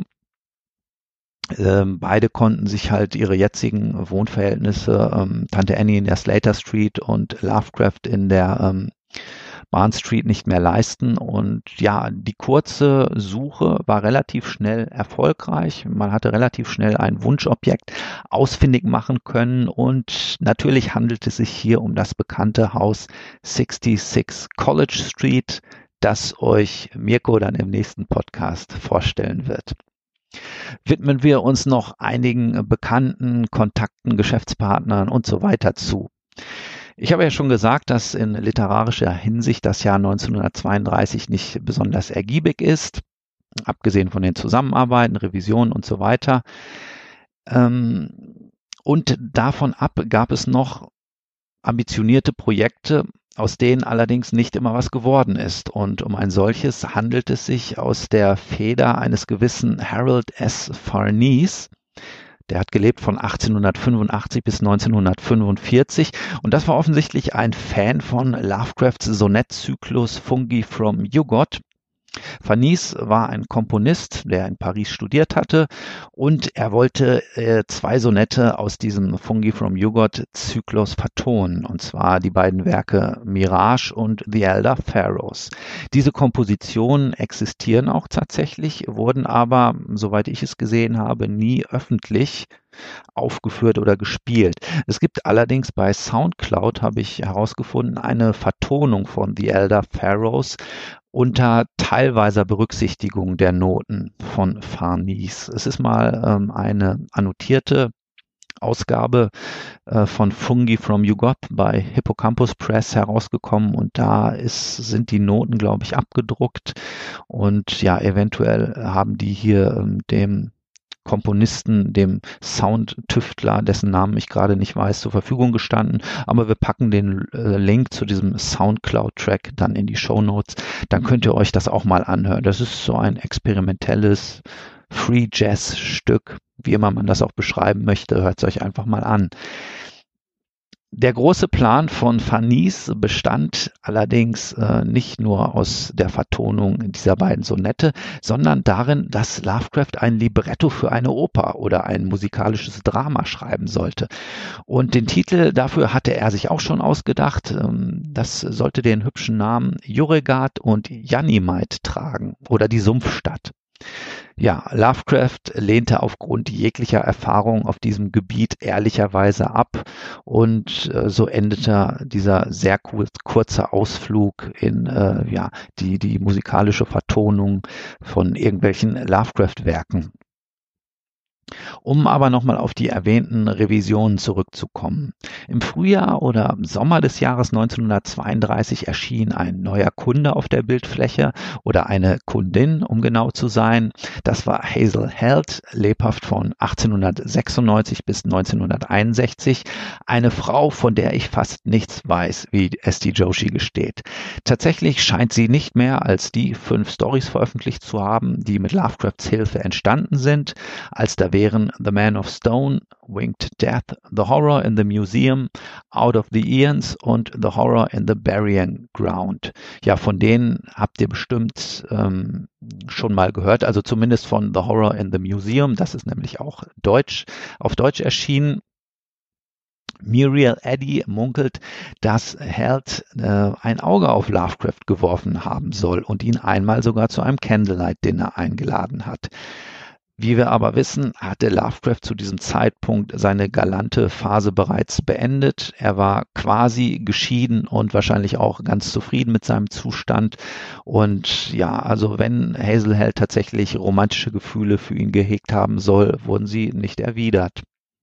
Beide konnten sich halt ihre jetzigen Wohnverhältnisse, Tante Annie in der Slater Street und Lovecraft in der Barn Street, nicht mehr leisten. Und ja, die kurze Suche war relativ schnell erfolgreich. Man hatte relativ schnell ein Wunschobjekt ausfindig machen können und natürlich handelt es sich hier um das bekannte Haus 66 College Street, das euch Mirko dann im nächsten Podcast vorstellen wird. Widmen wir uns noch einigen bekannten Kontakten, Geschäftspartnern und so weiter zu. Ich habe ja schon gesagt, dass in literarischer Hinsicht das Jahr 1932 nicht besonders ergiebig ist, abgesehen von den Zusammenarbeiten, Revisionen und so weiter. Und davon ab gab es noch ambitionierte Projekte, aus denen allerdings nicht immer was geworden ist. Und um ein solches handelt es sich aus der Feder eines gewissen Harold S. Farnese. Der hat gelebt von 1885 bis 1945 und das war offensichtlich ein Fan von Lovecrafts Sonettzyklus Fungi from Jugot. Farnese war ein Komponist, der in Paris studiert hatte und er wollte 2 Sonette aus diesem Fungi from Jugot-Zyklus vertonen, und zwar die beiden Werke Mirage und The Elder Pharaohs. Diese Kompositionen existieren auch tatsächlich, wurden aber, soweit ich es gesehen habe, nie öffentlich aufgeführt oder gespielt. Es gibt allerdings bei Soundcloud, habe ich herausgefunden, eine Vertonung von The Elder Pharaohs unter teilweiser Berücksichtigung der Noten von Farnese. Es ist mal eine annotierte Ausgabe von Fungi from Jugot bei Hippocampus Press herausgekommen und da sind die Noten, glaube ich, abgedruckt und ja, eventuell haben die hier dem Komponisten, dem Soundtüftler, dessen Namen ich gerade nicht weiß, zur Verfügung gestanden. Aber wir packen den Link zu diesem Soundcloud-Track dann in die Shownotes. Dann könnt ihr euch das auch mal anhören. Das ist so ein experimentelles Free-Jazz-Stück. Wie immer man das auch beschreiben möchte, hört es euch einfach mal an. Der große Plan von Fanisse bestand allerdings nicht nur aus der Vertonung dieser beiden Sonette, sondern darin, dass Lovecraft ein Libretto für eine Oper oder ein musikalisches Drama schreiben sollte. Und den Titel dafür hatte er sich auch schon ausgedacht. Das sollte den hübschen Namen Juregard und Ganymede tragen oder die Sumpfstadt. Ja, Lovecraft lehnte aufgrund jeglicher Erfahrung auf diesem Gebiet ehrlicherweise ab und so endete dieser sehr kurze Ausflug in die musikalische Vertonung von irgendwelchen Lovecraft-Werken. Um aber nochmal auf die erwähnten Revisionen zurückzukommen. Im Frühjahr oder Sommer des Jahres 1932 erschien ein neuer Kunde auf der Bildfläche oder eine Kundin, um genau zu sein. Das war Hazel Held, lebhaft von 1896 bis 1961. Eine Frau, von der ich fast nichts weiß, wie S.D. Joshi gesteht. Tatsächlich scheint sie nicht mehr als die 5 Storys veröffentlicht zu haben, die mit Lovecrafts Hilfe entstanden sind, als da wären The Man of Stone, Winged Death, The Horror in the Museum, Out of the Eons und The Horror in the Burying Ground. Ja, von denen habt ihr bestimmt schon mal gehört, also zumindest von The Horror in the Museum, das ist nämlich auch auf Deutsch erschienen. Muriel Eddy munkelt, dass Held ein Auge auf Lovecraft geworfen haben soll und ihn einmal sogar zu einem Candlelight-Dinner eingeladen hat. Wie wir aber wissen, hatte Lovecraft zu diesem Zeitpunkt seine galante Phase bereits beendet. Er war quasi geschieden und wahrscheinlich auch ganz zufrieden mit seinem Zustand. Und ja, also wenn Hazel Held tatsächlich romantische Gefühle für ihn gehegt haben soll, wurden sie nicht erwidert.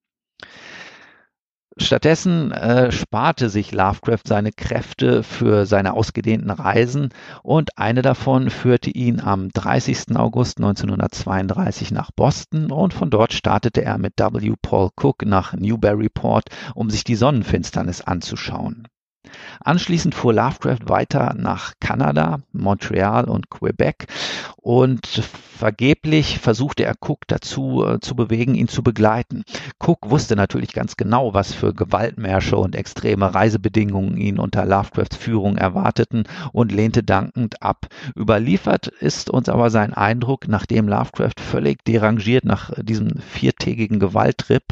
Stattdessen sparte sich Lovecraft seine Kräfte für seine ausgedehnten Reisen und eine davon führte ihn am 30. August 1932 nach Boston und von dort startete er mit W. Paul Cook nach Newburyport, um sich die Sonnenfinsternis anzuschauen. Anschließend fuhr Lovecraft weiter nach Kanada, Montreal und Quebec und vergeblich versuchte er Cook dazu zu bewegen, ihn zu begleiten. Cook wusste natürlich ganz genau, was für Gewaltmärsche und extreme Reisebedingungen ihn unter Lovecrafts Führung erwarteten und lehnte dankend ab. Überliefert ist uns aber sein Eindruck, nachdem Lovecraft völlig derangiert nach diesem 4-tägigen Gewalttrip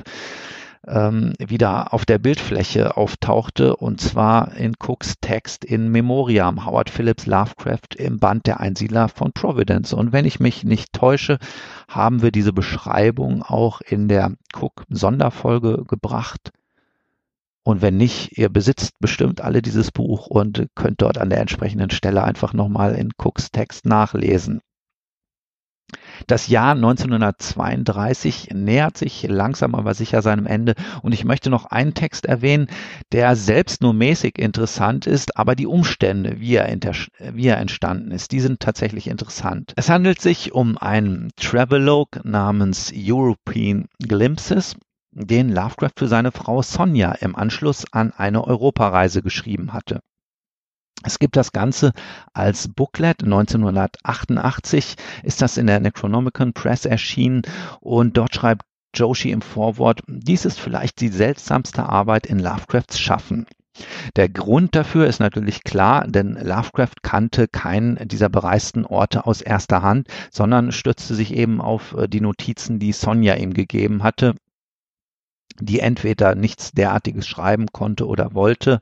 wieder auf der Bildfläche auftauchte, und zwar in Cooks Text in Memoriam, Howard Phillips Lovecraft im Band Der Einsiedler von Providence. Und wenn ich mich nicht täusche, haben wir diese Beschreibung auch in der Cook-Sonderfolge gebracht. Und wenn nicht, ihr besitzt bestimmt alle dieses Buch und könnt dort an der entsprechenden Stelle einfach nochmal in Cooks Text nachlesen. Das Jahr 1932 nähert sich langsam aber sicher seinem Ende und ich möchte noch einen Text erwähnen, der selbst nur mäßig interessant ist, aber die Umstände, wie er entstanden ist, die sind tatsächlich interessant. Es handelt sich um einen Travelogue namens European Glimpses, den Lovecraft für seine Frau Sonja im Anschluss an eine Europareise geschrieben hatte. Es gibt das Ganze als Booklet. 1988 ist das in der Necronomicon Press erschienen und dort schreibt Joshi im Vorwort, dies ist vielleicht die seltsamste Arbeit in Lovecrafts Schaffen. Der Grund dafür ist natürlich klar, denn Lovecraft kannte keinen dieser bereisten Orte aus erster Hand, sondern stützte sich eben auf die Notizen, die Sonja ihm gegeben hatte, die entweder nichts derartiges schreiben konnte oder wollte.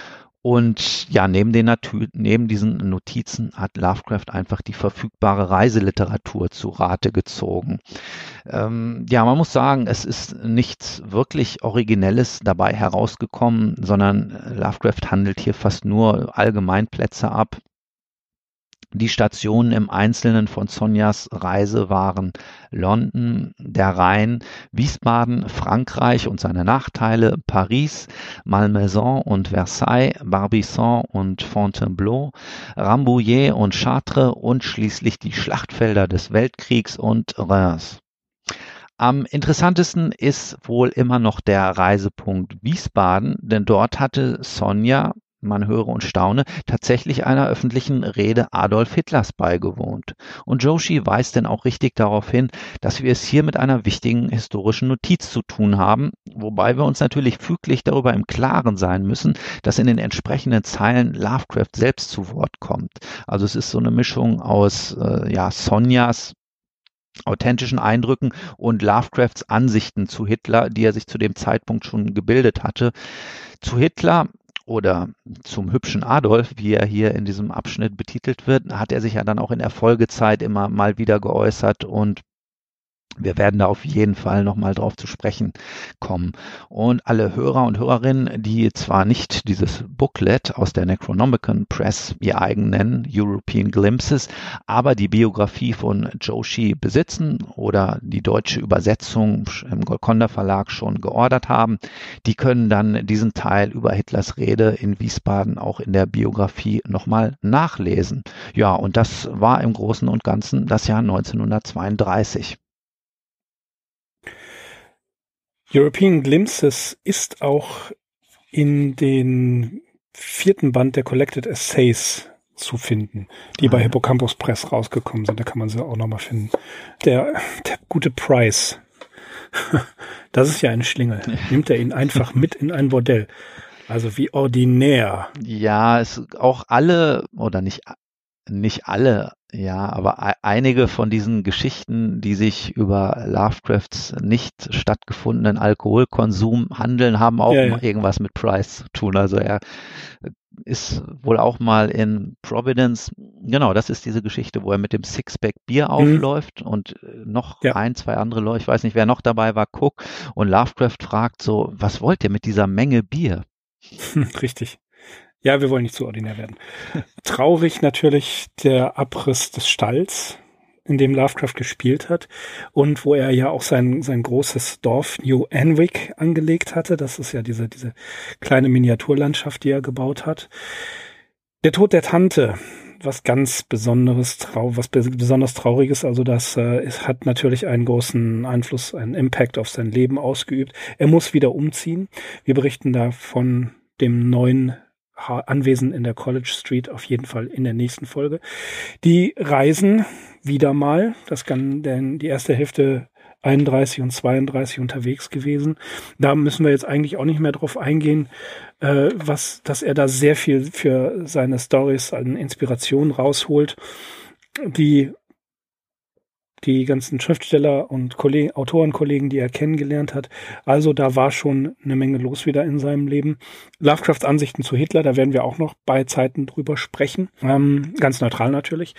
Und ja, neben diesen Notizen hat Lovecraft einfach die verfügbare Reiseliteratur zu Rate gezogen. Man muss sagen, es ist nichts wirklich Originelles dabei herausgekommen, sondern Lovecraft handelt hier fast nur Allgemeinplätze ab. Die Stationen im Einzelnen von Sonjas Reise waren London, der Rhein, Wiesbaden, Frankreich und seine Nachteile, Paris, Malmaison und Versailles, Barbizon und Fontainebleau, Rambouillet und Chartres und schließlich die Schlachtfelder des Weltkriegs und Reims. Am interessantesten ist wohl immer noch der Reisepunkt Wiesbaden, denn dort hatte Sonja man höre und staune, tatsächlich einer öffentlichen Rede Adolf Hitlers beigewohnt. Und Joshi weist denn auch richtig darauf hin, dass wir es hier mit einer wichtigen historischen Notiz zu tun haben, wobei wir uns natürlich füglich darüber im Klaren sein müssen, dass in den entsprechenden Zeilen Lovecraft selbst zu Wort kommt. Also es ist so eine Mischung aus Sonjas authentischen Eindrücken und Lovecrafts Ansichten zu Hitler, die er sich zu dem Zeitpunkt schon gebildet hatte. Zu Hitler oder zum hübschen Adolf, wie er hier in diesem Abschnitt betitelt wird, hat er sich ja dann auch in der Folgezeit immer mal wieder geäußert und wir werden da auf jeden Fall nochmal drauf zu sprechen kommen. Und alle Hörer und Hörerinnen, die zwar nicht dieses Booklet aus der Necronomicon Press ihr eigen nennen, European Glimpses, aber die Biografie von Joshi besitzen oder die deutsche Übersetzung im Golconda Verlag schon geordert haben, die können dann diesen Teil über Hitlers Rede in Wiesbaden auch in der Biografie nochmal nachlesen. Ja, und das war im Großen und Ganzen das Jahr 1932. European Glimpses ist auch in den 4. Band der Collected Essays zu finden, die bei Hippocampus Press rausgekommen sind. Da kann man sie auch nochmal finden. Der gute Price, das ist ja ein Schlingel. Nimmt er ihn einfach mit in ein Bordell. Also wie ordinär. Ja, es auch alle, oder nicht alle, ja, aber einige von diesen Geschichten, die sich über Lovecrafts nicht stattgefundenen Alkoholkonsum handeln, haben auch irgendwas mit Price zu tun. Also er ist wohl auch mal in Providence, genau, das ist diese Geschichte, wo er mit dem Sixpack Bier aufläuft und noch 1, 2 andere Leute, ich weiß nicht, wer noch dabei war, Cook, und Lovecraft fragt so, was wollt ihr mit dieser Menge Bier? Richtig. Ja, wir wollen nicht zu ordinär werden. Traurig natürlich der Abriss des Stalls, in dem Lovecraft gespielt hat und wo er ja auch sein großes Dorf New Anwick angelegt hatte. Das ist ja diese kleine Miniaturlandschaft, die er gebaut hat. Der Tod der Tante, was ganz besonders Trauriges. Also das hat natürlich einen großen Einfluss, einen Impact auf sein Leben ausgeübt. Er muss wieder umziehen. Wir berichten da von dem neuen Anwesen in der College Street auf jeden Fall in der nächsten Folge. Die Reisen wieder mal, das kann denn die erste Hälfte 31 und 32 unterwegs gewesen. Da müssen wir jetzt eigentlich auch nicht mehr drauf eingehen, dass er da sehr viel für seine Storys an Inspiration rausholt. Die ganzen Schriftsteller und Autorenkollegen, die er kennengelernt hat. Also da war schon eine Menge los wieder in seinem Leben. Lovecrafts Ansichten zu Hitler, da werden wir auch noch bei Zeiten drüber sprechen. Ganz neutral natürlich.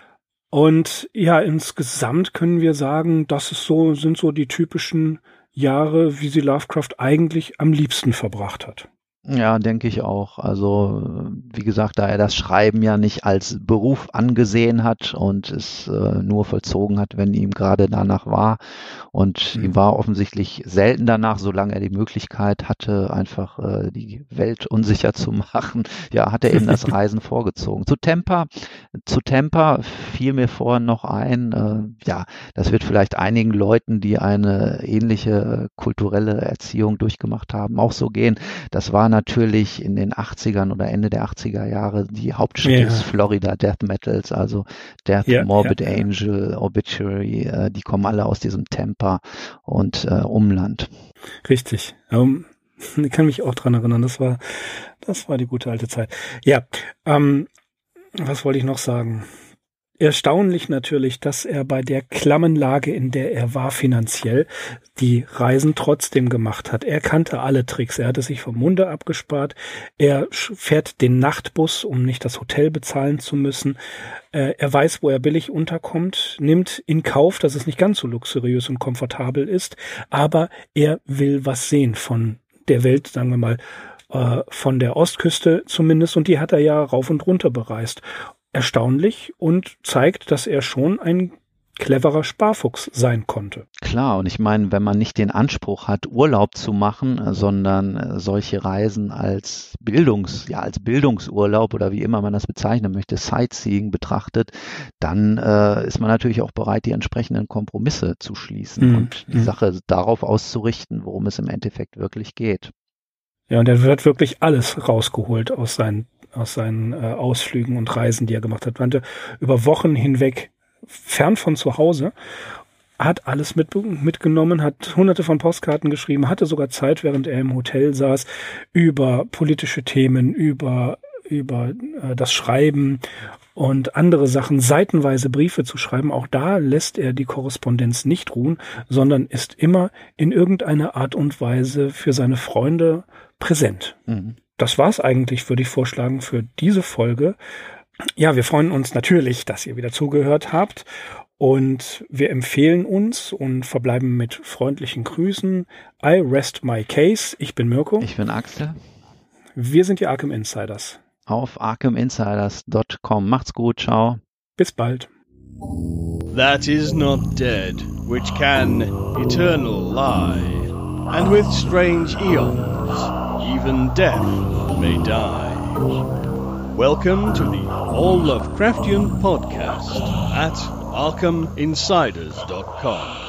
Und ja, insgesamt können wir sagen, sind so die typischen Jahre, wie sie Lovecraft eigentlich am liebsten verbracht hat. Ja, denke ich auch. Also wie gesagt, da er das Schreiben ja nicht als Beruf angesehen hat und es nur vollzogen hat, wenn ihm gerade danach war. Und ihm war offensichtlich selten danach, solange er die Möglichkeit hatte, einfach die Welt unsicher zu machen. Ja, hat er eben das Reisen vorgezogen. Zu Tampa fiel mir vorhin noch ein, das wird vielleicht einigen Leuten, die eine ähnliche kulturelle Erziehung durchgemacht haben, auch so gehen. Das war natürlich in den 80ern oder Ende der 80er Jahre die Hauptstadt des Florida Death Metals, also Death, Morbid Angel, Obituary, die kommen alle aus diesem Tampa und Umland. Richtig. Ich kann mich auch dran erinnern, das war die gute alte Zeit. Ja, was wollte ich noch sagen? Erstaunlich natürlich, dass er bei der klammen Lage, in der er war finanziell, die Reisen trotzdem gemacht hat. Er kannte alle Tricks. Er hatte sich vom Munde abgespart. Er fährt den Nachtbus, um nicht das Hotel bezahlen zu müssen. Er weiß, wo er billig unterkommt, nimmt in Kauf, dass es nicht ganz so luxuriös und komfortabel ist, aber er will was sehen von der Welt, sagen wir mal, von der Ostküste zumindest, und die hat er ja rauf und runter bereist. Erstaunlich und zeigt, dass er schon ein cleverer Sparfuchs sein konnte. Klar, und ich meine, wenn man nicht den Anspruch hat, Urlaub zu machen, sondern solche Reisen als Bildungsurlaub oder wie immer man das bezeichnen möchte, Sightseeing betrachtet, dann ist man natürlich auch bereit, die entsprechenden Kompromisse zu schließen und die Sache darauf auszurichten, worum es im Endeffekt wirklich geht. Ja, und er wird wirklich alles rausgeholt aus seinen Ausflügen und Reisen, die er gemacht hat. Er über Wochen hinweg fern von zu Hause, hat alles mitgenommen, hat hunderte von Postkarten geschrieben, hatte sogar Zeit, während er im Hotel saß, über politische Themen, über das Schreiben und andere Sachen, seitenweise Briefe zu schreiben. Auch da lässt er die Korrespondenz nicht ruhen, sondern ist immer in irgendeiner Art und Weise für seine Freunde präsent. Mhm. Das war's eigentlich, würde ich vorschlagen, für diese Folge. Ja, wir freuen uns natürlich, dass ihr wieder zugehört habt. Und wir empfehlen uns und verbleiben mit freundlichen Grüßen. I rest my case. Ich bin Mirko. Ich bin Axel. Wir sind die Arkham Insiders. Auf arkhaminsiders.com. Macht's gut. Ciao. Bis bald. That is not dead, which can eternal lie, and with strange eons, even death may die. Welcome to the All Lovecraftian Podcast at arkhaminsiders.com.